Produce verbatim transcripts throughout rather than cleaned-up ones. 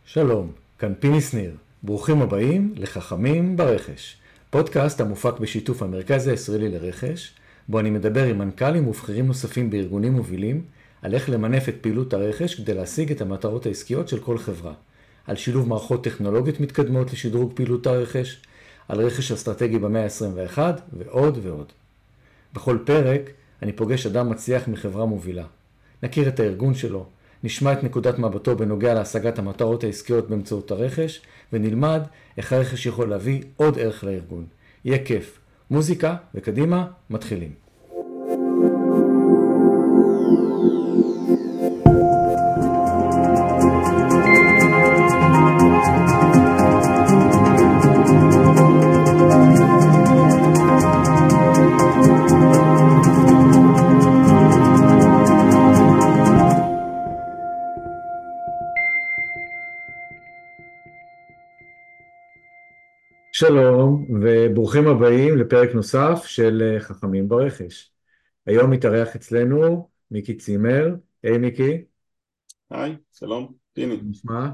שלום, כאן פיני שניר. ברוכים הבאים לחכמים ברכש. פודקאסט המופק בשיתוף המרכז הישראלי לרכש, בו אני מדבר עם מנכ"לים ובכירים נוספים בארגונים מובילים, על איך למנף את פעילות הרכש כדי להשיג את המטרות העסקיות של כל חברה. על שילוב מערכות טכנולוגיות מתקדמות לשדרוג פעילות הרכש, על רכש אסטרטגי במאה ה-עשרים ואחת ועוד ועוד. בכל פרק אני פוגש אדם מצליח מחברה מובילה. נכיר את הארגון שלו, נשמע את נקודת מבטו בנוגע להשגת המטרות העסקיות באמצעות הרכש, ונלמד איך הרכש יכול להביא עוד ערך לארגון. יהיה כיף. מוזיקה וקדימה, מתחילים. שלום וברוכים הבאים לפרק נוסף של חכמים ברכש. היום מתארח אצלנו מיקי צימר. היי מיקי. היי, שלום, פיני. נשמע?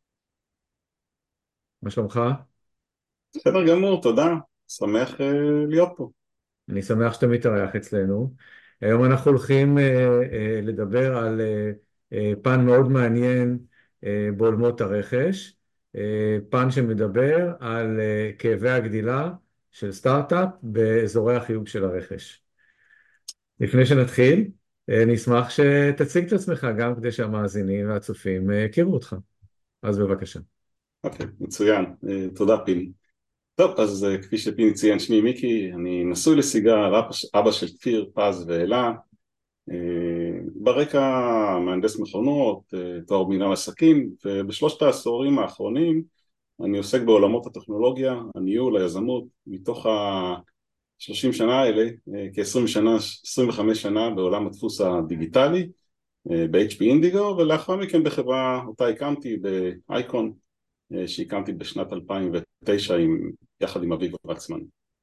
מה שלומך? בסדר גמור, תודה. שמח uh, להיות פה. אני שמח שאתה מתארח אצלנו. היום אנחנו הולכים uh, uh, לדבר על uh, uh, פן מאוד מעניין uh, בעולמות הרכש. uh, פן שמדבר על uh, כאבי הגדילה של סטארט-אפ באזורי החיוג של הרכש. לפני שנתחיל, אני אשמח שתציג את עצמך גם כדי שהמאזינים והצופים יכירו אותך. אז בבקשה. אוקיי, מצוין. Uh, תודה, פיני. טוב, אז uh, כפי שפיני ציין, שמי מיקי, אני נשוי לסיגל, אבא, אבא של כפיר, פז ואלה. Uh, ברקע מהנדס מכונות, uh, תואר מנהל עסקים, ובשלושת העשורים האחרונים אני עוסק בעולמות הטכנולוגיה, הניהול, היזמות, מתוך ה... שלושים שנה האלה, כ-עשרים שנה, עשרים וחמש שנה בעולם הדפוס הדיגיטלי, ב-אייץ' פי אינדיגו, ולאחר מכן בחברה אותה הקמתי באייקון, שהקמתי בשנת אלפיים ותשע עם, יחד עם אביב וקסמן.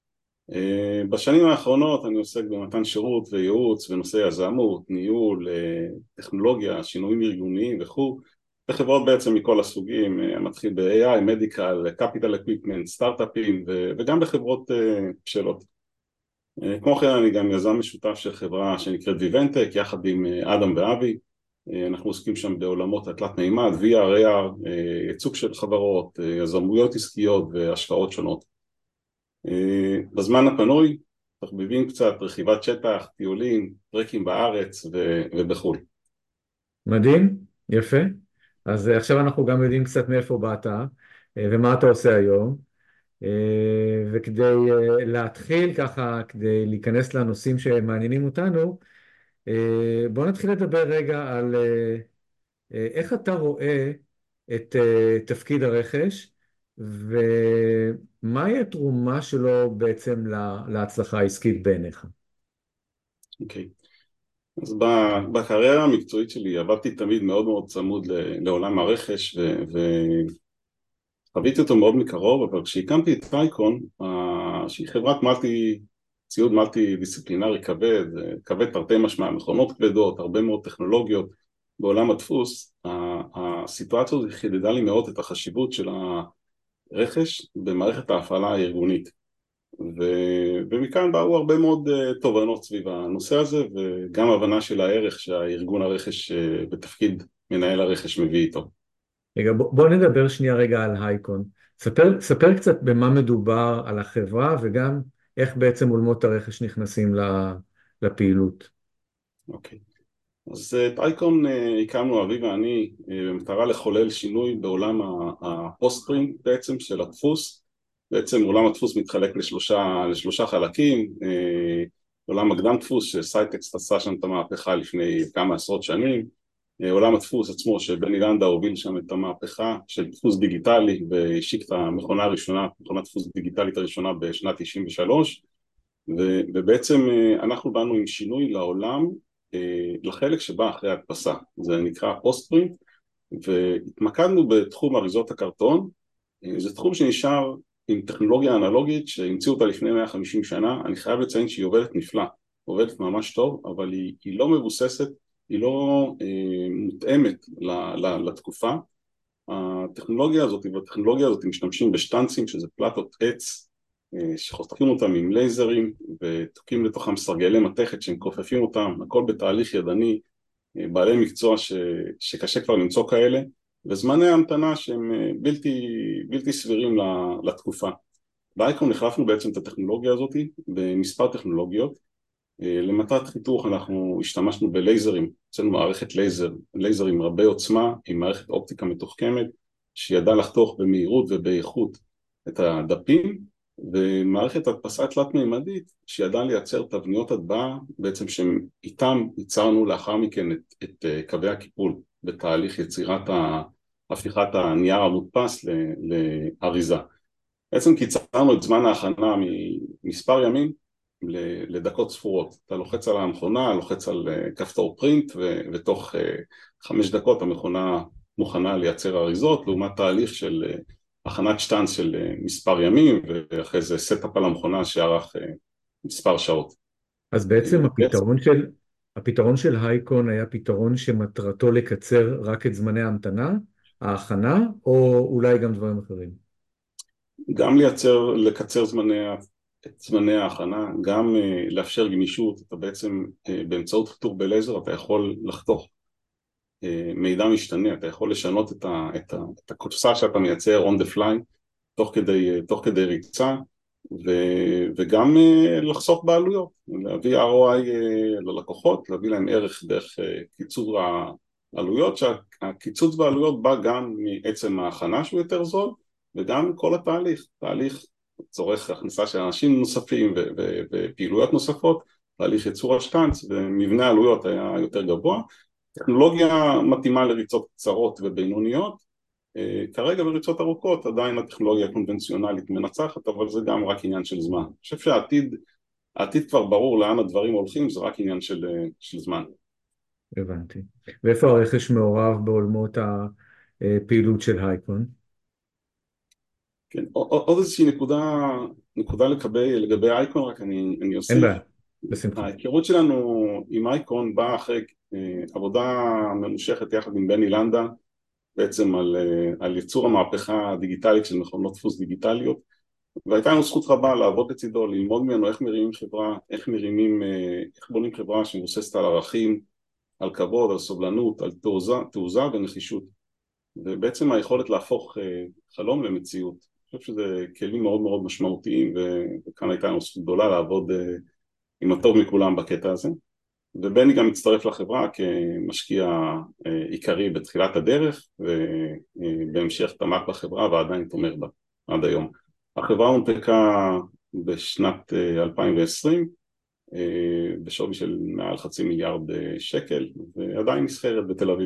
בשנים האחרונות אני עוסק במתן שירות וייעוץ ונושא יזמות, ניהול, טכנולוגיה, שינויים ארגוניים וכו', בחברות בעצם מכל הסוגים, מתחיל ב-איי איי, מדיקל, קפיטל אקוויפמנט, סטארט-אפים וגם בחברות בשלות. כמו כן אני גם יזם משותף של חברה שנקראת ויבנטק יחד עם אדם ואבי. אנחנו עוסקים שם בעולמות התלת מימד, וי אר, איי אר, ייצוג של חברות, יזמויות עסקיות והשקעות שונות. בזמן הפנוי תחביבים קצת, רכיבת שטח, טיולים, טרקים בארץ ובחול. מדהים, יפה. אז עכשיו אנחנו גם יודעים קצת מאיפה באת ומה אתה עושה היום. וכדי להתחיל ככה, כדי להיכנס לנושאים שמעניינים אותנו, בוא נתחיל לדבר רגע על איך אתה רואה את תפקיד הרכש, ומהי התרומה שלו בעצם להצלחה העסקית בעיניך? אוקיי. אז בקריירה המקצועית שלי עבדתי תמיד מאוד מאוד צמוד לעולם הרכש, ו... חוויתי אותו מאוד מקרוב, אבל כשהקמתי את אייקון, שהיא חברת מלטי, ציוד מלטי דיסציפלינרי כבד, כבד תרתי משמע, מכונות כבדות, הרבה מאוד טכנולוגיות בעולם הדפוס, הסיטואציה הזאת חידדה לי מאוד את החשיבות של הרכש במערכת ההפעלה הארגונית. ו... ומכאן באו הרבה מאוד תובנות סביב הנושא הזה, וגם הבנה של הערך שהארגון הרכש בתפקיד מנהל הרכש מביא איתו. רגע, בוא, בוא נדבר שנייה רגע על אייקון. ספר, ספר קצת במה מדובר על החברה, וגם איך בעצם עולמות הרכש נכנסים לפעילות. אוקיי. אז את אייקון הקמנו אבי ואני במטרה לחולל שינוי בעולם הפוסט-פרינט בעצם של הדפוס. בעצם עולם הדפוס מתחלק לשלושה, לשלושה חלקים. עולם הקדם דפוס שסייטקסט עשה שם את המהפכה לפני כמה עשרות שנים. עולם הדפוס עצמו שבני לנדאו הוביל שם את המהפכה של דפוס דיגיטלי והשיק את המכונה הראשונה, מכונת דפוס דיגיטלית הראשונה בשנת תשעים ושלוש, ובעצם אנחנו באנו עם שינוי לעולם לחלק שבא אחרי הדפסה, זה נקרא פוסט-פרינט, והתמקדנו בתחום אריזות הקרטון. זה תחום שנשאר עם טכנולוגיה אנלוגית שהמציאו אותה לפני מאה וחמישים שנה. אני חייב לציין שהיא עובדת נפלא, עובדת ממש טוב, אבל היא, היא לא מבוססת, היא לא אה, מותאמת ל, ל, לתקופה, הטכנולוגיה הזאת, והטכנולוגיה הזאת משתמשים בשטנצים, שזה פלטות עץ, שחותכים אותם עם לייזרים ותוקעים לתוכם סרגלי מתכת שמכופפים אותם, הכל בתהליך ידני, בעלי מקצוע ש, שקשה כבר למצוא כאלה, וזמני ההמתנה שהם בלתי, בלתי סבירים לתקופה. באייקון החלפנו בעצם את הטכנולוגיה הזאת במספר טכנולוגיות. למטרת חיתוך אנחנו השתמשנו בלייזרים, אצלנו מערכת לייזר, לייזרים רבי עוצמה עם מערכת אופטיקה מתוחכמת שידעה לחתוך במהירות ובאיכות את הדפים, ומערכת הדפסה תלת מימדית שידעה לייצר תבניות הטבעה בעצם שאיתם ייצרנו לאחר מכן את, את קווי הקיפול בתהליך יצירת הפיכת הנייר המודפס לאריזה. בעצם קיצרנו את זמן ההכנה ממספר ימים לדקות ספורות. אתה לוחץ על המכונה, לוחץ על כפתור פרינט, ותוך חמש דקות המכונה מוכנה לייצר אריזות, לעומת תהליך של הכנת שטנץ של מספר ימים, ואחרי זה סטאפ על המכונה שערך מספר שעות. אז בעצם הפתרון של, הפתרון של הייקון היה פתרון שמטרתו לקצר רק את זמני ההמתנה, ההכנה, או אולי גם דברים אחרים? גם לייצר, לקצר זמני, את זמני ההכנה, גם uh, לאפשר גמישות. אתה בעצם uh, באמצעות חיתוך בלייזר אתה יכול לחתוך uh, מידע משתנה, אתה יכול לשנות את, ה, את, ה, את הקופסה שאתה מייצר on the fly תוך כדי, uh, תוך כדי ריצה, ו, וגם uh, לחסוך בעלויות, להביא אר או איי uh, ללקוחות, להביא להם ערך דרך uh, קיצור העלויות, שהקיצוץ בעלויות בא גם מעצם ההכנה שהוא יותר זול, וגם כל התהליך, תהליך צורך הכנסה של אנשים נוספים ופעילויות נוספות, תהליך ייצור השטנץ ומבנה העלויות היה יותר גבוה. טכנולוגיה מתאימה לריצות קצרות ובינוניות, כרגע בריצות ארוכות עדיין הטכנולוגיה הקונבנציונלית מנצחת, אבל זה גם רק עניין של זמן. אני חושב שהעתיד, העתיד כבר ברור לאן הדברים הולכים, זה רק עניין של, של זמן. הבנתי. ואיפה הרכש מעורב בעולמות הפעילות של הייקון? כן, עוד איזושהי נקודה, נקודה לגבי, לגבי אייקון, רק אני, אני אוסיף. אין בעיה, בשמחה. ההיכרות שלנו עם אייקון באה אחרי עבודה ממושכת יחד עם בני לנדה, בעצם על, על ייצור המהפכה הדיגיטלית של מכונות דפוס דיגיטליות, והייתה לנו זכות רבה לעבוד לצידו, ללמוד ממנו איך מרימים חברה, איך מרימים, איך בונים חברה שמבוססת על ערכים, על כבוד, על סובלנות, על תעוזה, תעוזה ונחישות, ובעצם היכולת להפוך חלום למציאות. אני חושב שזה כלים מאוד מאוד משמעותיים, וכאן הייתה לנו זכות גדולה לעבוד עם הטוב מכולם בקטע הזה. ובני גם הצטרף לחברה כמשקיע עיקרי בתחילת הדרך, ובהמשך תמך בחברה ועדיין תומך בה עד היום. החברה הונפקה בשנת אלפיים ועשרים, בשווי של מעל חצי מיליארד שקל, ועדיין נסחרת בתל אביב.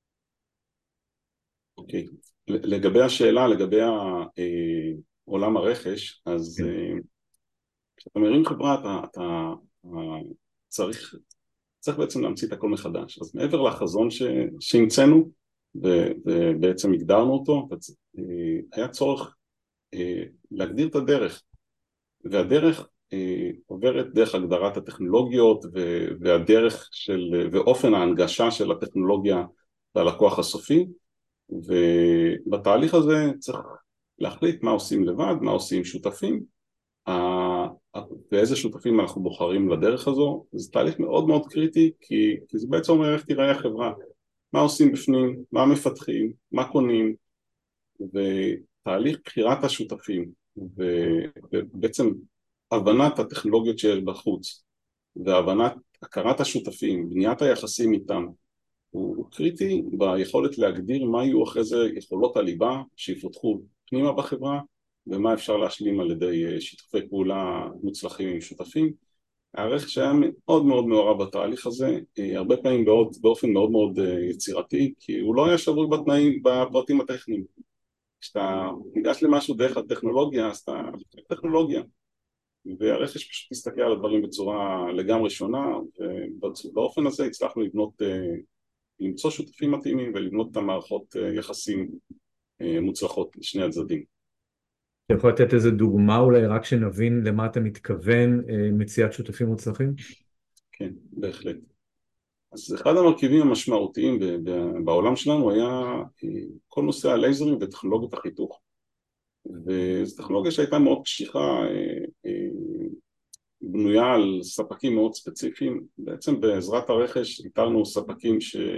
אוקיי. לגבי השאלה, לגבי עולם הרכש, אז כשאתה מרים חברה, אתה, אתה צריך, צריך בעצם להמציא את הכל מחדש. אז מעבר לחזון שהמצאנו, ובעצם הגדרנו אותו, היה צורך להגדיר את הדרך, והדרך עוברת דרך הגדרת הטכנולוגיות, והדרך של, ואופן ההנגשה של הטכנולוגיה ללקוח הסופי, ובתהליך הזה צריך להחליט מה עושים לבד, מה עושים שותפים, ואיזה שותפים אנחנו בוחרים לדרך הזו. זה תהליך מאוד מאוד קריטי, כי, כי זה בעצם אומר איך תיראה החברה, מה עושים בפנים, מה מפתחים, מה קונים, ותהליך בחירת השותפים, ובעצם הבנת הטכנולוגיות שיש בחוץ, והבנת הכרת השותפים, בניית היחסים איתם, הוא קריטי ביכולת להגדיר מה יהיו אחרי זה יכולות הליבה שיפותחו פנימה בחברה, ומה אפשר להשלים על ידי שיתופי פעולה מוצלחים עם שותפים. הרכש היה מאוד מאוד מעורב בתהליך הזה, הרבה פעמים באופן מאוד מאוד יצירתי, כי הוא לא היה שבוי בתנאים, בפרטים הטכניים. כשאתה ניגש למשהו דרך הטכנולוגיה, אז אתה טכנולוגיה, והרכש פשוט מסתכל על הדברים בצורה לגמרי שונה, ובאופן הזה הצלחנו לבנות, למצוא שותפים מתאימים ולבנות את המערכות יחסים מוצלחות לשני הצדדים. אתה יכול לתת איזה דוגמה אולי רק שנבין למה אתה מתכוון מציאת שותפים מוצלחים? כן, בהחלט. אז אחד המרכיבים המשמעותיים ב- ב- בעולם שלנו היה אה, כל נושא הלייזרים וטכנולוגיות החיתוך. וזו טכנולוגיה שהייתה מאוד קשיחה, אה, אה, בנויה על ספקים מאוד ספציפיים. בעצם בעזרת הרכש איתרנו ספקים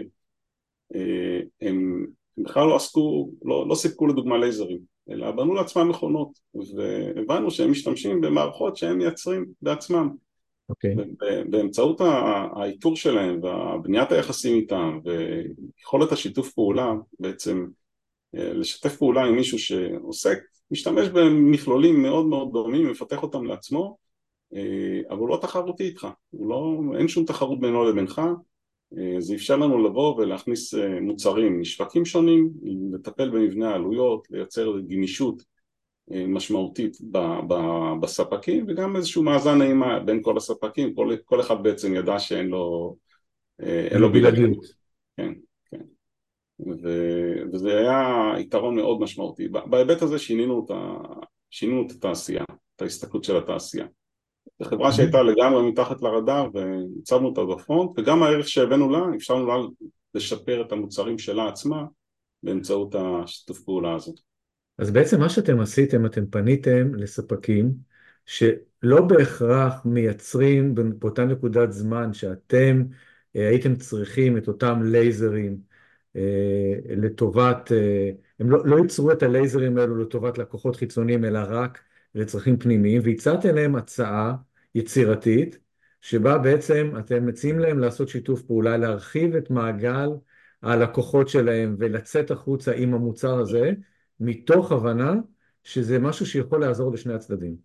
שהם בכלל לא עסקו, לא, לא סיפקו לדוגמה לייזרים, אלא בנו לעצמם מכונות, והבנו שהם משתמשים במערכות שהם מייצרים בעצמם. אוקיי. באמצעות האיתור שלהם ובניית היחסים איתם ויכולת השיתוף פעולה, בעצם לשתף פעולה עם מישהו שעוסק, משתמש במכלולים מאוד מאוד דומים, מפתח אותם לעצמו, אבל הוא לא תחרותי איתך, הוא לא, אין שום תחרות בינו לבינך. זה אפשר לנו לבוא ולהכניס מוצרים משווקים שונים, לטפל במבנה העלויות, לייצר גמישות משמעותית ב- ב- בספקים, וגם איזשהו מאזן נעימה בין כל הספקים. כל, כל אחד בעצם ידע שאין לו, אין לו בלעדיות. בלעדיות. כן, כן. ו, וזה היה יתרון מאוד משמעותי. ב- בהיבט הזה שינינו את ה, שינינו את התעשייה, את ההסתכלות של התעשייה. זו חברה שהייתה לגמרי מתחת לרדאר, והצבנו אותה בפרונט, וגם הערך שהבאנו לה, אפשרנו לה לשפר את המוצרים שלה עצמה באמצעות השיתוף פעולה הזאת. אז בעצם מה שאתם עשיתם, אתם פניתם לספקים שלא בהכרח מייצרים באותה נקודת זמן שאתם אה, הייתם צריכים את אותם לייזרים אה, לטובת, אה, הם לא, לא ייצרו את הלייזרים האלו לטובת לקוחות חיצוניים, אלא רק לצרכים פנימיים, והצעתם להם הצעה יצירתית, שבה בעצם אתם מציעים להם לעשות שיתוף פעולה, להרחיב את מעגל הלקוחות שלהם ולצאת החוצה עם המוצר הזה, מתוך הבנה שזה משהו שיכול לעזור לשני הצדדים.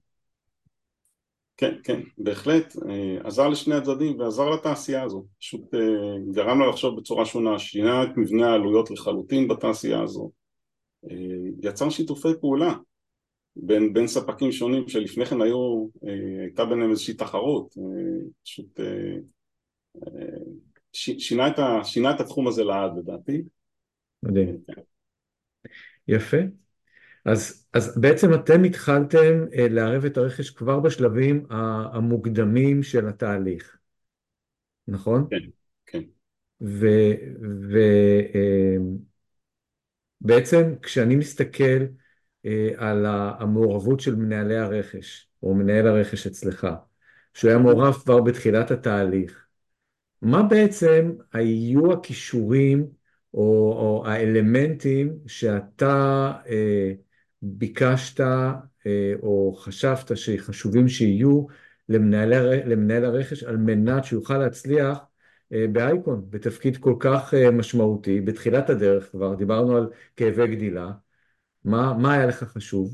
כן, כן, בהחלט, אה, עזר לשני הצדדים ועזר לתעשייה הזו, פשוט אה, גרם לה לחשוב בצורה שונה, שינה את מבנה העלויות לחלוטין בתעשייה הזו, אה, יצר שיתופי פעולה בין, בין ספקים שונים שלפני כן היו, אה, הייתה ביניהם איזושהי תחרות, אה, פשוט אה, אה, ש, שינה, את ה, שינה את התחום הזה לעד לדעתי. אה, מדהים. כן. יפה. אז, אז בעצם אתם התחלתם אה, לערב את הרכש כבר בשלבים ה- המוקדמים של התהליך, נכון? כן, כן. ובעצם כשאני מסתכל אה, על ה- המעורבות של מנהלי הרכש, או מנהל הרכש אצלך, שהוא היה מעורב כבר בתחילת התהליך, מה בעצם היו הכישורים או, או האלמנטים שאתה אה, ביקשת אה, או חשבת שחשובים שיהיו למנהל, הר- למנהל הרכש על מנת שיוכל להצליח אה, באייקון, בתפקיד כל כך אה, משמעותי, בתחילת הדרך כבר, דיברנו על כאבי גדילה, מה, מה היה לך חשוב?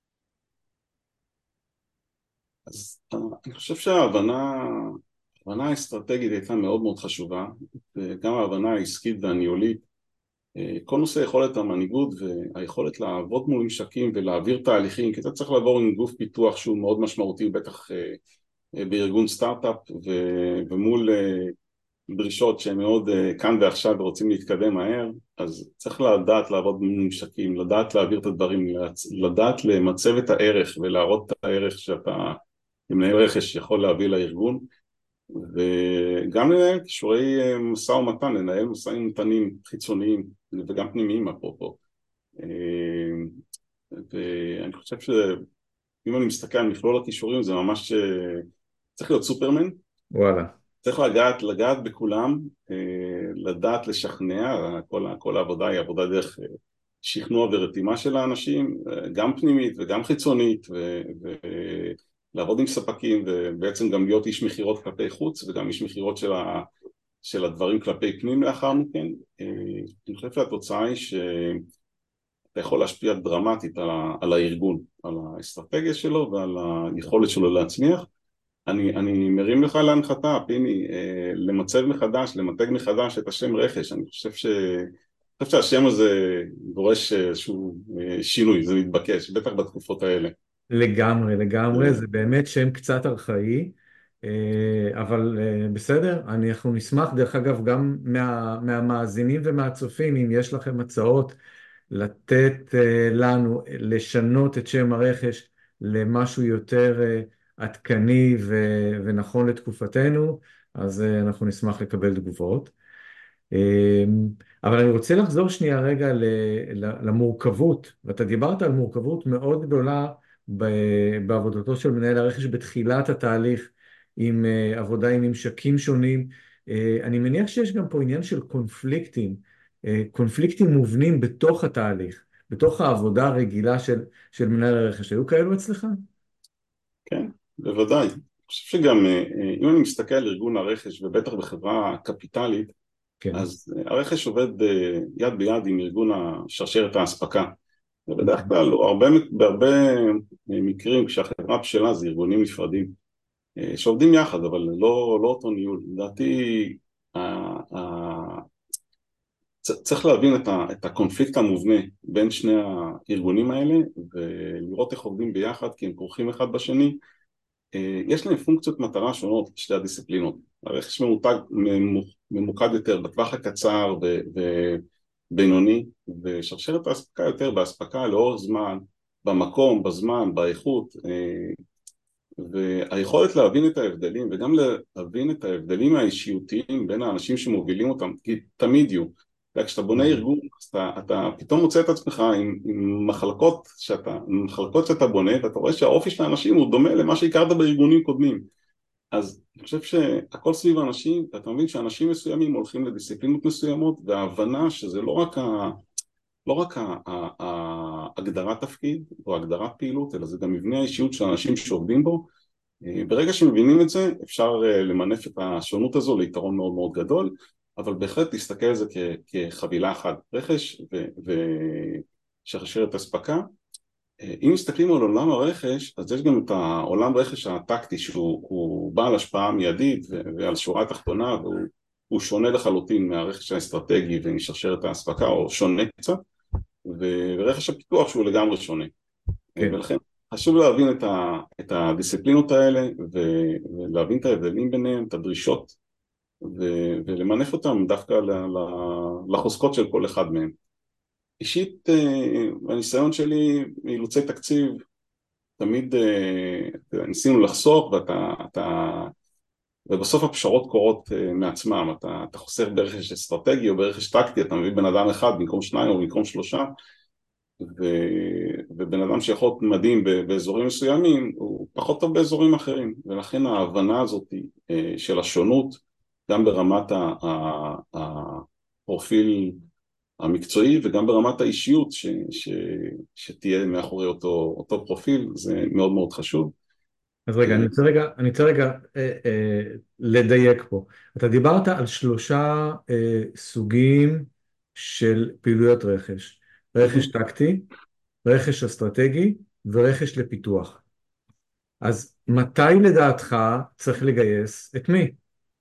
אז אה, אני חושב שההבנה, ההבנה האסטרטגית הייתה מאוד מאוד חשובה, וגם ההבנה העסקית והניהולית. כל נושא יכולת המנהיגות והיכולת לעבוד מול ממשקים ולהעביר תהליכים, כי אתה צריך לעבור עם גוף פיתוח שהוא מאוד משמעותי, בטח אה, אה, בארגון סטארט-אפ ו- ומול אה, דרישות שהן מאוד אה, כאן ועכשיו ורוצים להתקדם מהר, אז צריך לדעת לעבוד מול ממשקים, לדעת להעביר את הדברים, לדעת למצב את הערך ולהראות את הערך שאתה כמנהל רכש יכול להביא לארגון, וגם לנהל קישורי משא ומתן, לנהל משאים ומתנים חיצוניים וגם פנימיים אפרופו. ואני חושב שאם אני מסתכל על מכלול הכישורים זה ממש צריך להיות סופרמן, וואלה. צריך לגעת, לגעת בכולם, לדעת לשכנע, כל, כל העבודה היא עבודה דרך שכנוע ורתימה של האנשים, גם פנימית וגם חיצונית, ו, ולעבוד עם ספקים ובעצם גם להיות איש מחירות כלפי חוץ וגם איש מחירות של, ה, של הדברים כלפי פנים לאחר מכן. אני חושב שהתוצאה היא שאתה יכול להשפיע דרמטית על, ה, על הארגון, על האסטרטגיה שלו ועל היכולת שלו להצמיח. אני, אני מרים לך להנחתה, פיני, למצב מחדש, למתג מחדש את השם רכש. אני חושב ש... אני חושב שהשם הזה דורש איזשהו שינוי, זה מתבקש, בטח בתקופות האלה. לגמרי, לגמרי, זה באמת שם קצת ארכאי, אה, אבל אה, בסדר, אנחנו נשמח, דרך אגב, גם מה, מהמאזינים ומהצופים, אם יש לכם הצעות לתת אה, לנו, לשנות את שם הרכש למשהו יותר אה, עדכני ו- ונכון לתקופתנו, אז אה, אנחנו נשמח לקבל תגובות. אה, אבל אני רוצה לחזור שנייה רגע ל- ל- למורכבות, ואתה דיברת על מורכבות מאוד גדולה ב- בעבודתו של מנהל הרכש בתחילת התהליך, עם אה, עבודה עם ממשקים שונים. אה, אני מניח שיש גם פה עניין של קונפליקטים, אה, קונפליקטים מובנים בתוך התהליך, בתוך העבודה הרגילה של, של מנהל הרכש. היו כאלו אצלך? כן, בוודאי. אני חושב שגם אה, אה, אם אני מסתכל על ארגון הרכש ובטח בחברה קפיטלית, כן. אז אה, הרכש עובד אה, יד ביד עם ארגון שרשרת האספקה. ובדרך אוקיי. כלל הרבה, בהרבה אה, מקרים כשהחברה בשלה זה ארגונים נפרדים אה, שעובדים יחד אבל לא, לא אותו ניהול. לדעתי ה- ה- צ- צריך להבין את, ה, את הקונפליקט המובנה בין שני הארגונים האלה ולראות איך עובדים ביחד כי הם כרוכים אחד בשני. אה, יש להם פונקציות מטרה שונות לשתי הדיסציפלינות. הרכש ממותג, ממוקד יותר בטווח הקצר ובינוני, ושרשרת האספקה יותר באספקה לאורך זמן, במקום, בזמן, באיכות, אה, והיכולת להבין את ההבדלים וגם להבין את ההבדלים האישיותיים בין האנשים שמובילים אותם, כי תמיד יהיו. כשאתה בונה ארגון, אז אתה, אתה פתאום מוצא את עצמך עם, עם מחלקות שאתה, עם מחלקות שאתה בונה, ואתה רואה שהאופי של האנשים הוא דומה למה שהכרת בארגונים קודמים. אז אני חושב שהכל סביב האנשים, ואתה מבין שאנשים מסוימים הולכים לדיסציפלינות מסוימות, וההבנה שזה לא רק, ה, לא רק ה, ה, ה, הגדרת תפקיד או הגדרת פעילות, אלא זה גם מבנה האישיות של האנשים שעובדים בו. ברגע שמבינים את זה, אפשר למנף את השונות הזו ליתרון מאוד מאוד גדול, אבל בהחלט להסתכל על זה כ- כחבילה אחת, רכש ושרשרת אספקה. אם מסתכלים על עולם הרכש, אז יש גם את העולם רכש הטקטי שהוא הוא בעל השפעה מיידית ועל שורה התחתונה, והוא הוא שונה לחלוטין מהרכש האסטרטגי ומשרשרת האספקה, או שונה קצת, ורכש הפיתוח שהוא לגמרי שונה. כן. ולכן חשוב להבין את, ה, את הדיסציפלינות האלה ו- ולהבין את ההבדלים ביניהם, את הדרישות, ו- ולמנף אותם דווקא ל- ל- לחוזקות של כל אחד מהם. אישית, אה, הניסיון שלי מאילוצי תקציב, תמיד אה, ניסינו לחסוך, ואתה, אתה, ובסוף הפשרות קורות אה, מעצמם. אתה, אתה חוסך ברכש אסטרטגי או ברכש טקטי, אתה מביא בן אדם אחד במקום שניים או במקום שלושה, ו... ובן אדם שיכול להיות מדהים באזורים מסוימים הוא פחות טוב באזורים אחרים, ולכן ההבנה הזאת אה, של השונות גם ברמת ה... ה... הפרופיל המקצועי וגם ברמת האישיות ש... ש... שתהיה מאחורי אותו, אותו פרופיל, זה מאוד מאוד חשוב. אז רגע, אה, אני רוצה רגע, אני רוצה רגע אה, אה, לדייק פה. אתה דיברת על שלושה אה, סוגים של פעילויות רכש. רכש טקטי, רכש אסטרטגי ורכש לפיתוח. אז מתי לדעתך צריך לגייס את מי?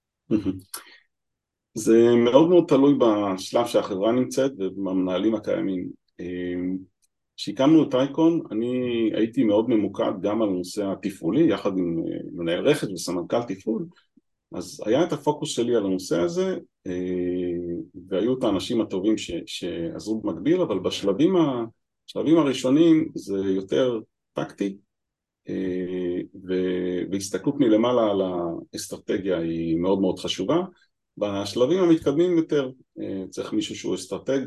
זה מאוד מאוד תלוי בשלב שהחברה נמצאת ובמנהלים הקיימים. כשהקמנו את אייקון אני הייתי מאוד ממוקד גם על הנושא התפעולי יחד עם מנהל רכש וסמנכ"ל תפעול, אז היה את הפוקוס שלי על הנושא הזה והיו את האנשים הטובים ש, שעזרו במקביל, אבל בשלבים ה, בשלבים הראשונים זה יותר טקטי והסתכלות מלמעלה על האסטרטגיה היא מאוד מאוד חשובה. בשלבים המתקדמים יותר צריך מישהו שהוא אסטרטג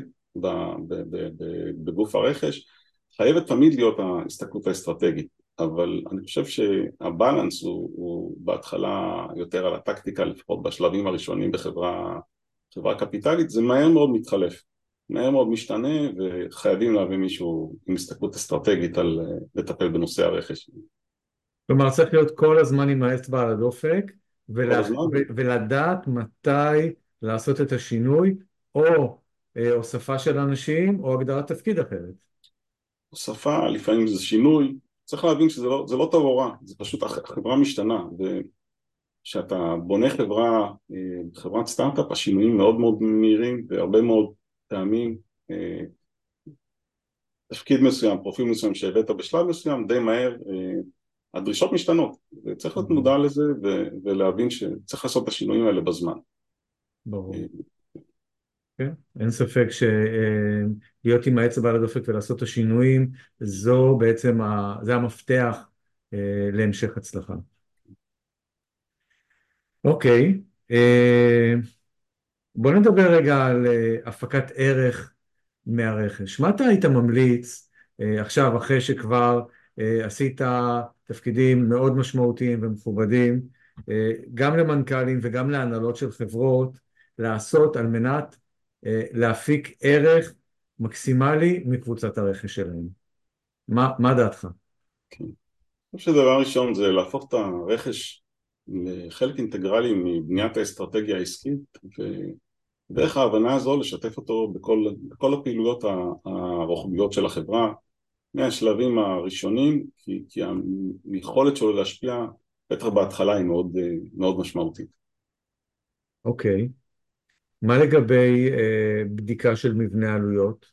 בגוף הרכש, חייבת תמיד להיות ההסתכלות האסטרטגית, אבל אני חושב שהבלנס הוא, הוא בהתחלה יותר על הטקטיקה, לפחות בשלבים הראשונים בחברה חברה קפיטלית, זה מהר מאוד מתחלף, מהר מאוד משתנה, וחייבים להביא מישהו עם הסתכלות אסטרטגית על לטפל בנושא הרכש. כלומר, צריך להיות כל הזמן עם האצבע על הדופק, כל ולה, הזמן. ו- ולדעת מתי לעשות את השינוי, או אה, הוספה של אנשים, או הגדרת תפקיד אחרת. הוספה, לפעמים זה שינוי, צריך להבין שזה לא, זה לא טוב או רע, זה פשוט החברה משתנה, וכשאתה בונה חברה, חברת סטארט-אפ, השינויים מאוד מאוד מהירים, והרבה מאוד פעמים תפקיד מסוים, פרופיל מסוים שהבאת בשלב מסוים, די מהר הדרישות משתנות, וצריך להיות מודע לזה ולהבין שצריך לעשות את השינויים האלה בזמן. ברור. כן, אין ספק שלהיות עם האצבע על הדופק ולעשות את השינויים, זו בעצם, ה- זה המפתח אה, להמשך הצלחה. אוקיי, אה, בוא נדבר רגע על אה, הפקת ערך מהרכש. מה אתה היית ממליץ אה, עכשיו, אחרי שכבר אה, עשית תפקידים מאוד משמעותיים ומכובדים, אה, גם למנכ"לים וגם להנהלות של חברות, לעשות על מנת אה, להפיק ערך מקסימלי מקבוצת הרכש שלהם? מה, מה דעתך? כן. אני חושב שדבר ראשון זה להפוך את הרכש לחלק אינטגרלי מבניית האסטרטגיה העסקית, ודרך ההבנה הזו לשתף אותו בכל, בכל הפעילויות הרוחביות של החברה, מהשלבים הראשונים, כי, כי היכולת שלו להשפיע, בטח בהתחלה, היא מאוד, מאוד משמעותית. אוקיי. מה לגבי אה, בדיקה של מבנה עלויות?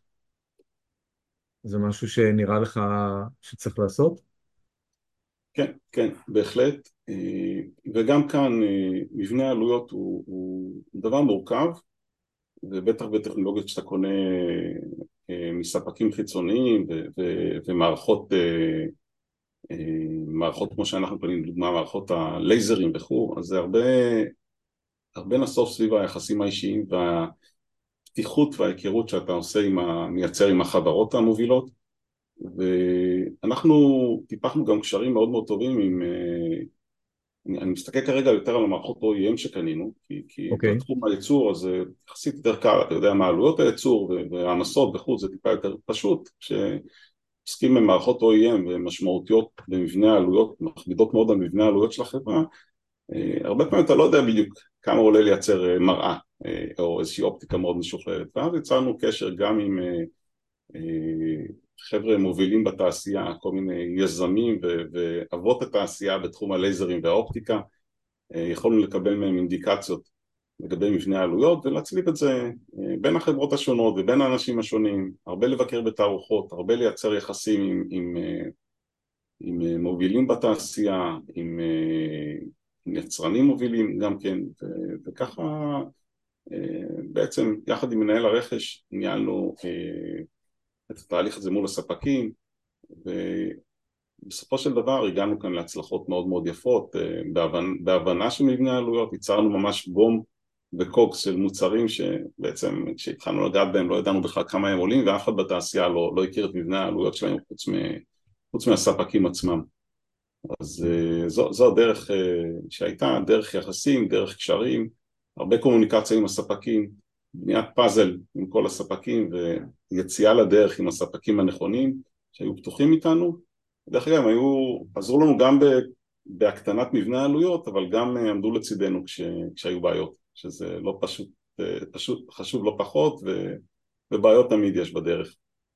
זה משהו שנראה לך שצריך לעשות? כן, כן, בהחלט. אה, וגם כאן אה, מבנה העלויות הוא, הוא דבר מורכב, ובטח בטכנולוגיות שאתה קונה אה, מספקים חיצוניים ו- ו- ומערכות אה, אה, מערכות כמו שאנחנו קונים, לדוגמה מערכות הלייזרים וכו', אז זה הרבה, הרבה נסוף סביב היחסים האישיים והפתיחות וההיכרות שאתה עושה עם ה- מייצר עם החברות המובילות, ואנחנו טיפחנו גם קשרים מאוד מאוד טובים עם, אה, אני, אני מסתכל כרגע יותר על המערכות או אי אם שקנינו, כי, כי אוקיי. בתחום הייצור אז זה יחסית יותר קל, אתה יודע מה עלויות הייצור והעמסות וכו', זה טיפה יותר פשוט, כשעוסקים במערכות או אי אם ומשמעותיות במבנה העלויות, מכבידות מאוד על מבנה העלויות של החברה, אה, הרבה פעמים אתה לא יודע בדיוק כמה עולה לייצר אה, מראה אה, או איזושהי אופטיקה מאוד משוכללת, ואז יצרנו קשר גם עם אה, אה, חבר'ה מובילים בתעשייה, כל מיני יזמים ו- ואבות התעשייה בתחום הלייזרים והאופטיקה, אה, יכולנו לקבל מהם אינדיקציות לגבי מבנה העלויות ולהצליב את זה אה, בין החברות השונות ובין האנשים השונים, הרבה לבקר בתערוכות, הרבה לייצר יחסים עם, עם, אה, עם אה, מובילים בתעשייה, עם, אה, עם יצרנים מובילים גם כן, ו- וככה אה, בעצם יחד עם מנהל הרכש ניהלנו אה, את התהליך הזה מול הספקים, ובסופו של דבר הגענו כאן להצלחות מאוד מאוד יפות, בהבנה, בהבנה של מבנה העלויות, ייצרנו ממש בום וקוקס של מוצרים שבעצם כשהתחלנו לגעת בהם לא ידענו בכלל כמה הם עולים, ואף אחד בתעשייה לא, לא הכיר את מבנה העלויות שלהם חוץ, מ, חוץ מהספקים עצמם. אז זו, זו הדרך שהייתה, דרך יחסים, דרך קשרים, הרבה קומוניקציה עם הספקים, בניית פאזל עם כל הספקים ויציאה לדרך עם הספקים הנכונים שהיו פתוחים איתנו. דרך אגב, הם היו, עזרו לנו גם בהקטנת מבנה העלויות, אבל גם עמדו לצידנו כש, כשהיו בעיות, שזה לא פשוט, פשוט חשוב לא פחות, ו, ובעיות תמיד יש בדרך.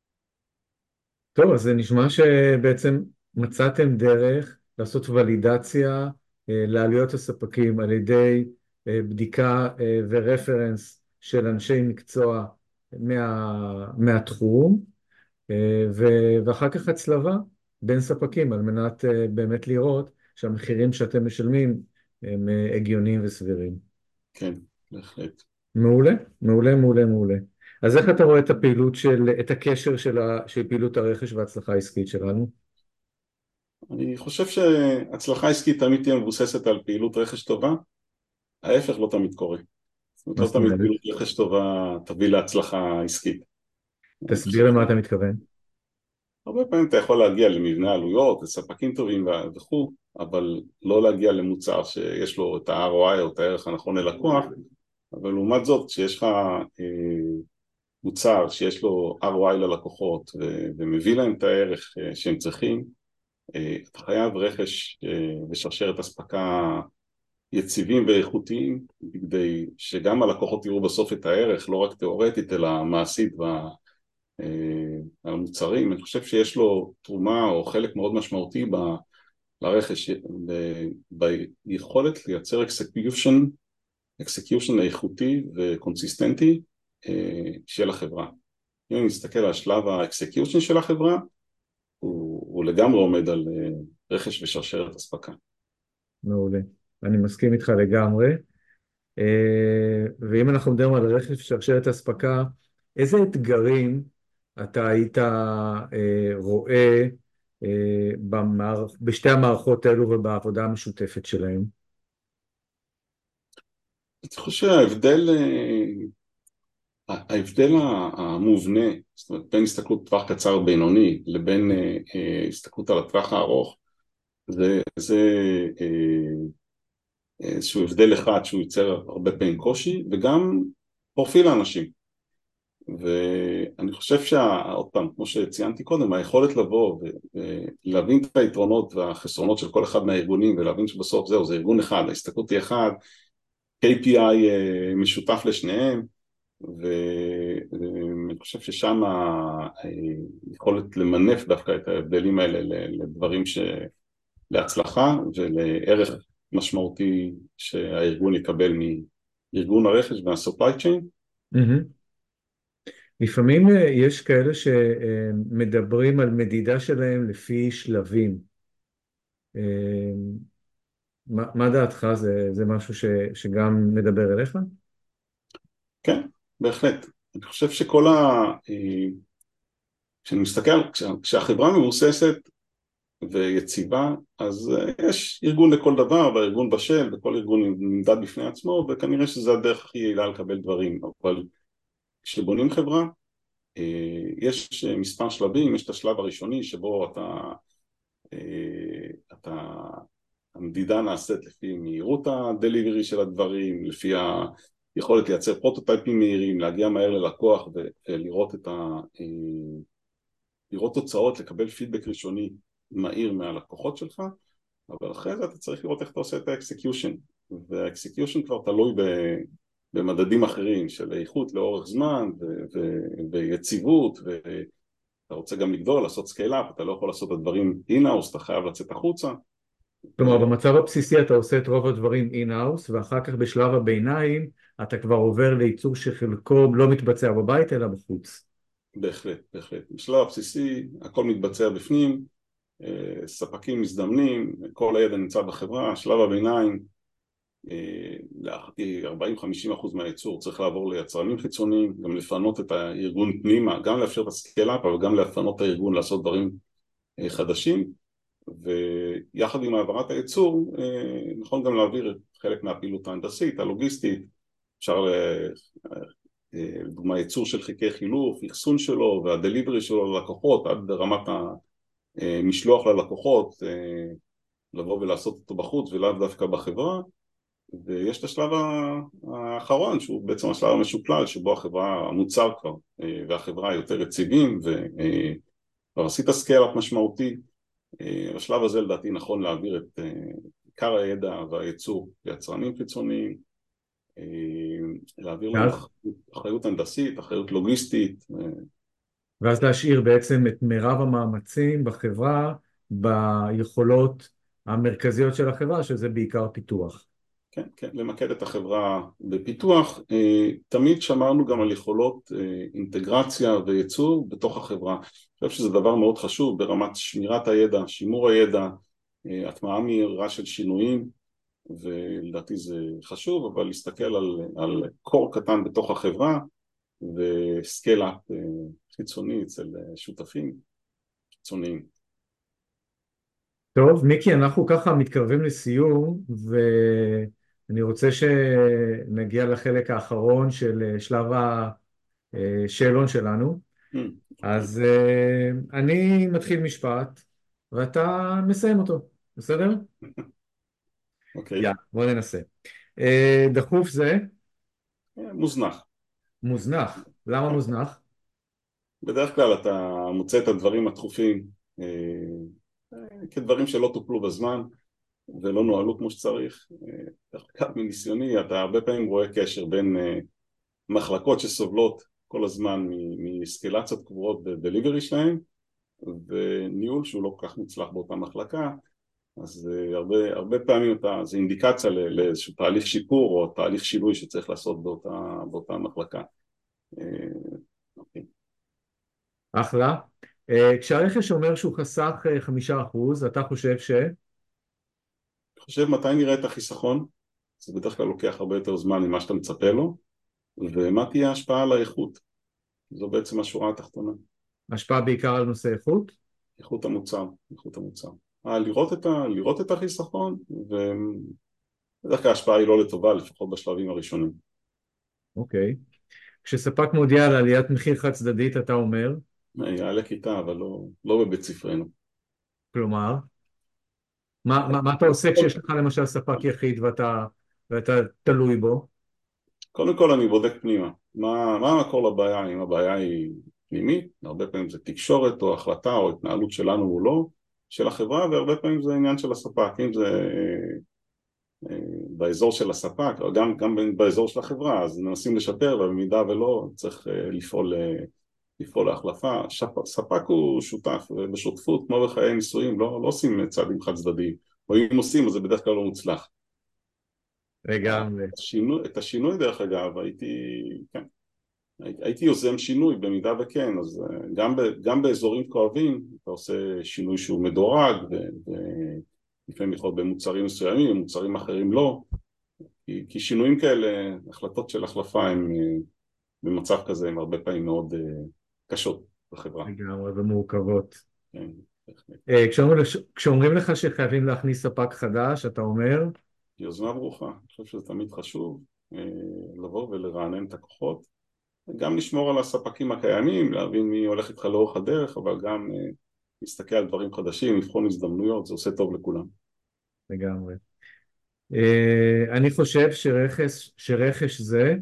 טוב, אז זה נשמע שבעצם מצאתם דרך לעשות ולידציה אה, לעלויות הספקים על ידי אה, בדיקה אה, ורפרנס של אנשי מקצוע מה, מהתחום, אה, ו- ואחר כך הצלבה בין ספקים על מנת אה, באמת לראות שהמחירים שאתם משלמים הם אה, הגיוניים וסבירים. כן, בהחלט. מעולה, מעולה, מעולה, מעולה. אז איך אתה רואה את הפעילות של, את הקשר של, ה, של פעילות הרכש וההצלחה העסקית שלנו? אני חושב שהצלחה עסקית תמיד תהיה מבוססת על פעילות רכש טובה, ההפך לא תמיד קורה. זאת אומרת, מה לא זאת תמיד אומרת? פעילות רכש טובה תביא להצלחה עסקית. אני תסביר חושב למה אתה מתכוון. שהרבה פעמים אתה יכול להגיע למבנה עלויות, לספקים טובים וכו', אבל לא להגיע למוצר שיש לו את ה-אר או איי או את הערך הנכון ללקוח, אבל לעומת זאת, כשיש לך אה, מוצר שיש לו אר או איי ללקוחות ו- ומביא להם את הערך אה, שהם צריכים, אה, אתה חייב רכש אה, ושרשרת אספקה יציבים ואיכותיים, כדי שגם הלקוחות יראו בסוף את הערך, לא רק תיאורטית אלא מעשית במוצרים. אני חושב שיש לו תרומה או חלק מאוד משמעותי ב- לרכש, ב- ביכולת לייצר execution, execution איכותי וקונסיסטנטי אה, של החברה. אם אני מסתכל על שלב ה-execution של החברה, הוא, הוא לגמרי עומד על אה, רכש ושרשרת אספקה. מעולה. אני מסכים איתך לגמרי. אה, ואם אנחנו מדברים על רכש ושרשרת אספקה, איזה אתגרים אתה היית אה, רואה אה, במערכ... בשתי המערכות האלו ובעבודה המשותפת שלהם? אני חושב שההבדל, ההבדל המובנה, זאת אומרת, בין הסתכלות טווח קצר בינוני לבין הסתכלות על הטווח הארוך, זה, זה איזשהו הבדל אחד שהוא ייצר הרבה פעמים קושי, וגם פרופיל האנשים. ואני חושב שעוד פעם, כמו שציינתי קודם, היכולת לבוא ולהבין את היתרונות והחסרונות של כל אחד מהארגונים, ולהבין שבסוף זהו, זה ארגון אחד, ההסתכלות היא אחד, קיי פי איי משותף לשניהם, ואני חושב ששם היכולת למנף דווקא את ההבדלים האלה לדברים ש... להצלחה ולערך משמעותי שהארגון יקבל מארגון הרכש וה-supply chain. Mm-hmm. לפעמים יש כאלה שמדברים על מדידה שלהם לפי שלבים. מה, מה דעתך? זה, זה משהו ש, שגם מדבר אליך? כן, בהחלט. אני חושב שכל ה... כשאני מסתכל, כשה, כשהחברה מבוססת ויציבה, אז יש ארגון לכל דבר, והארגון בשל, וכל ארגון נמדד בפני עצמו, וכנראה שזה הדרך הכי יעילה לקבל דברים. אבל כשבונים חברה, יש מספר שלבים, יש את השלב הראשוני שבו אתה, אתה, המדידה נעשית לפי מהירות הדליברי של הדברים, לפי היכולת לייצר פרוטוטייפים מהירים, להגיע מהר ללקוח ולראות את ה, לראות תוצאות, לקבל פידבק ראשוני מהיר מהלקוחות שלך, אבל אחרי זה אתה צריך לראות איך אתה עושה את האקסקיושן, והאקסקיושן כבר תלוי ב... במדדים אחרים של איכות לאורך זמן ו- ו- ויציבות, ואתה רוצה גם לגדול, לעשות סקייל-אפ, אתה לא יכול לעשות את הדברים אין-האוס, אתה חייב לצאת החוצה. כלומר, במצב הבסיסי אתה עושה את רוב הדברים אין-האוס, ואחר כך בשלב הביניים אתה כבר עובר לייצור שחלקו לא מתבצע בבית אלא בחוץ. בהחלט, בהחלט. בשלב הבסיסי הכל מתבצע בפנים, ספקים מזדמנים, כל הידע נמצא בחברה. שלב הביניים, להערכתי ארבעים עד חמישים אחוז מהייצור צריך לעבור ליצרנים חיצוניים, גם לפנות את הארגון פנימה, גם לאפשר את הסקייל-אפ, אבל גם לפנות את הארגון לעשות דברים חדשים, ויחד עם העברת הייצור נכון גם להעביר את חלק מהפעילות ההנדסית, הלוגיסטית, אפשר לדוגמה ייצור של חיקי חילוף, אחסון שלו והדליברי שלו ללקוחות עד רמת המשלוח ללקוחות, לבוא ולעשות אותו בחוץ ולאו דווקא בחברה. ויש את השלב האחרון שהוא בעצם השלב המשוקלל שבו החברה, המוצר כבר והחברה יותר יציבים וכבר עשית סקייל-אפ משמעותי. בשלב הזה לדעתי נכון להעביר את עיקר הידע והייצור ליצרנים חיצוניים, להעביר להם אחריות הנדסית, אחריות לוגיסטית, ואז להשאיר בעצם את מירב המאמצים בחברה ביכולות המרכזיות של החברה, שזה בעיקר פיתוח. כן, כן, למקד את החברה בפיתוח. תמיד שמרנו גם על יכולות אינטגרציה וייצור בתוך החברה. אני חושב שזה דבר מאוד חשוב ברמת שמירת הידע, שימור הידע, הטמעה מהירה של שינויים, ולדעתי זה חשוב, אבל להסתכל על, על קור קטן בתוך החברה וסקייל-אפ חיצוני אצל שותפים חיצוניים. טוב, מיקי, אנחנו ככה מתקרבים לסיום, ואני רוצה שנגיע לחלק האחרון של שלב השאלון שלנו. אז אני מתחיל משפט, ואתה מסיים אותו, בסדר? אוקיי. יאללה, בוא ננסה. דחוף זה? מוזנח. מוזנח. למה מוזנח? בדרך כלל אתה מוצא את הדברים הדחופים כדברים שלא טופלו בזמן ולא נועלו כמו שצריך. מניסיוני אתה הרבה פעמים רואה קשר בין מחלקות שסובלות כל הזמן מסקלציות קבועות בדליברי שלהם וניהול שהוא לא כל כך מוצלח באותה מחלקה. אז הרבה, הרבה פעמים אתה, זה אינדיקציה לאיזשהו תהליך שיפור או תהליך שינוי שצריך לעשות באותה, באותה מחלקה. אוקיי. אחלה. כשהרכש אומר שהוא חסך חמישה אחוז, אתה חושב ש? אני חושב מתי נראה את החיסכון, זה בדרך כלל לוקח הרבה יותר זמן ממה שאתה מצפה לו, ומה תהיה ההשפעה על האיכות, זו בעצם השורה התחתונה. השפעה בעיקר על נושא איכות? איכות המוצר, איכות המוצר. לראות את, ה, לראות את החיסכון, בדרך כלל ההשפעה היא לא לטובה, לפחות בשלבים הראשונים. אוקיי. כשספק מודיע על עליית מחיר חד צדדית, אתה אומר, יעלה כיתה, אבל לא, לא בבית ספרנו. כלומר, מה, מה, מה אתה עושה כשיש לך למשל ספק יחיד ואתה, ואתה תלוי בו? קודם כל אני בודק פנימה, מה, מה המקור לבעיה, אם הבעיה היא פנימית, הרבה פעמים זה תקשורת או החלטה או התנהלות שלנו או לא, של החברה, והרבה פעמים זה עניין של הספק, אם זה אה, אה, באזור של הספק, או גם, גם באזור של החברה, אז מנסים לשפר, ובמידה ולא, צריך אה, לפעול, אה, לפעול להחלפה. שפ, ספק הוא שותף, ובשותפות, כמו בחיי נישואים, לא, לא עושים צעדים חד צדדיים, או אם עושים, אז זה בדרך כלל לא מוצלח. לגמרי. השינוי, את השינוי דרך אגב, הייתי, כן, הייתי יוזם שינוי במידה וכן, אז גם, ב, גם באזורים כואבים אתה עושה שינוי שהוא מדורג, ולפעמים יכול במוצרים מסוימים, במוצרים אחרים לא, כי, כי שינויים כאלה, החלטות של החלפה הם במצב כזה, הם הרבה פעמים מאוד קשות בחברה. לגמרי, ומורכבות. כן, כשאומרים, כשאומרים לך שחייבים להכניס ספק חדש, אתה אומר? יוזמה ברוכה, אני חושב שזה תמיד חשוב, לבוא ולרענן את הכוחות, גם לשמור על הספקים הקיימים, להבין מי הולך איתך לאורך הדרך, אבל גם uh, להסתכל על דברים חדשים, לבחון הזדמנויות, זה עושה טוב לכולם. לגמרי. Uh, אני חושב שרכש, שרכש זה...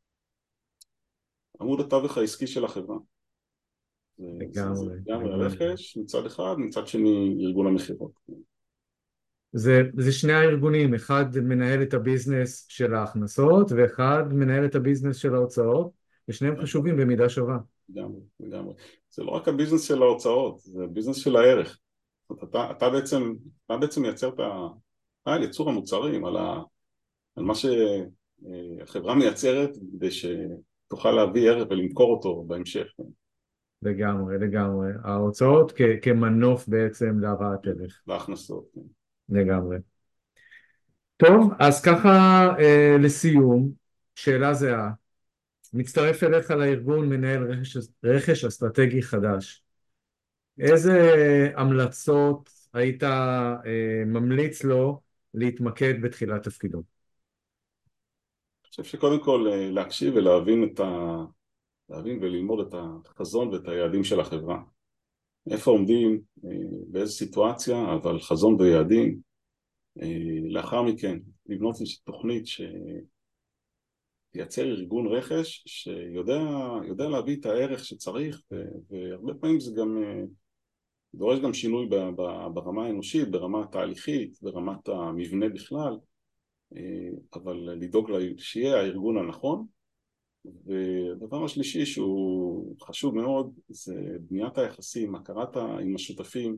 עמוד התווך העסקי של החברה. זה, לגמרי. זה, זה גם לגמרי. הרכש מצד אחד, מצד שני ארגון המחירות. זה, זה שני הארגונים, אחד מנהל את הביזנס של ההכנסות, ואחד מנהל את הביזנס של ההוצאות, ושניהם חשובים במידה שווה. לגמרי, לגמרי. זה לא רק הביזנס של ההוצאות, זה הביזנס של הערך. אתה, אתה בעצם, אתה בעצם מייצר את ה... על יצור המוצרים, על, ה, על מה שהחברה מייצרת, כדי שתוכל להביא ערך ולמכור אותו בהמשך. לגמרי, לגמרי. ההוצאות כ- כמנוף בעצם להבאת ערך. להכנסות. לגמרי. טוב, אז ככה אה, לסיום, שאלה זהה. מצטרף אליך לארגון מנהל רכש, רכש אסטרטגי חדש. איזה המלצות היית אה, ממליץ לו להתמקד בתחילת תפקידו? אני חושב שקודם כל להקשיב ולהבין את ה... להבין וללמוד את החזון ואת היעדים של החברה. איפה עומדים, באיזו סיטואציה, אבל חזון ויעדים. לאחר מכן, לבנות תוכנית שתייצר ארגון רכש שיודע יודע להביא את הערך שצריך, והרבה פעמים זה גם דורש גם שינוי ברמה האנושית, ברמה התהליכית, ברמת המבנה בכלל, אבל לדאוג שיהיה הארגון הנכון. ודבר השלישי שהוא חשוב מאוד זה בניית היחסים, הכרת עם השותפים,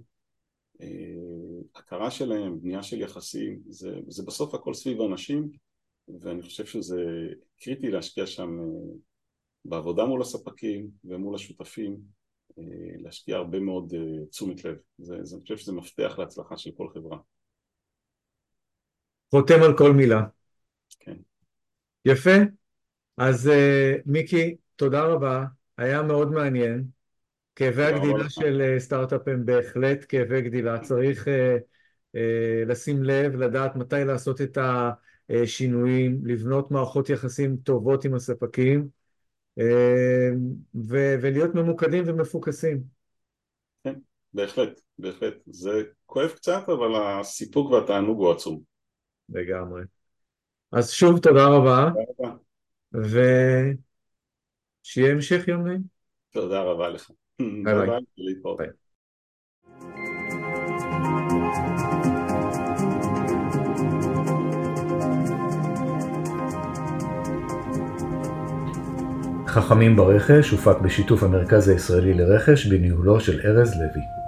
הכרה שלהם, בנייה של יחסים, זה, זה בסוף הכל סביב האנשים, ואני חושב שזה קריטי להשקיע שם בעבודה מול הספקים ומול השותפים, להשקיע הרבה מאוד תשומת לב. זה, זה, אני חושב שזה מפתח להצלחה של כל חברה. חותם על כל מילה. כן. יפה. אז מיקי, תודה רבה, היה מאוד מעניין. כאבי הגדילה של סטארט-אפ הם בהחלט כאבי גדילה, צריך uh, uh, לשים לב, לדעת מתי לעשות את השינויים, לבנות מערכות יחסים טובות עם הספקים, uh, ו- ולהיות ממוקדים ומפוקסים. כן, בהחלט, בהחלט. זה כואב קצת, אבל הסיפוק והתענוג הוא עצום. לגמרי. אז שוב תודה רבה. תודה רבה. ושיהיה המשך יום נעים. תודה רבה לך. ביי ביי. ביי. חכמים ברכש הופק בשיתוף המרכז הישראלי לרכש בניהולו של ארז לוי.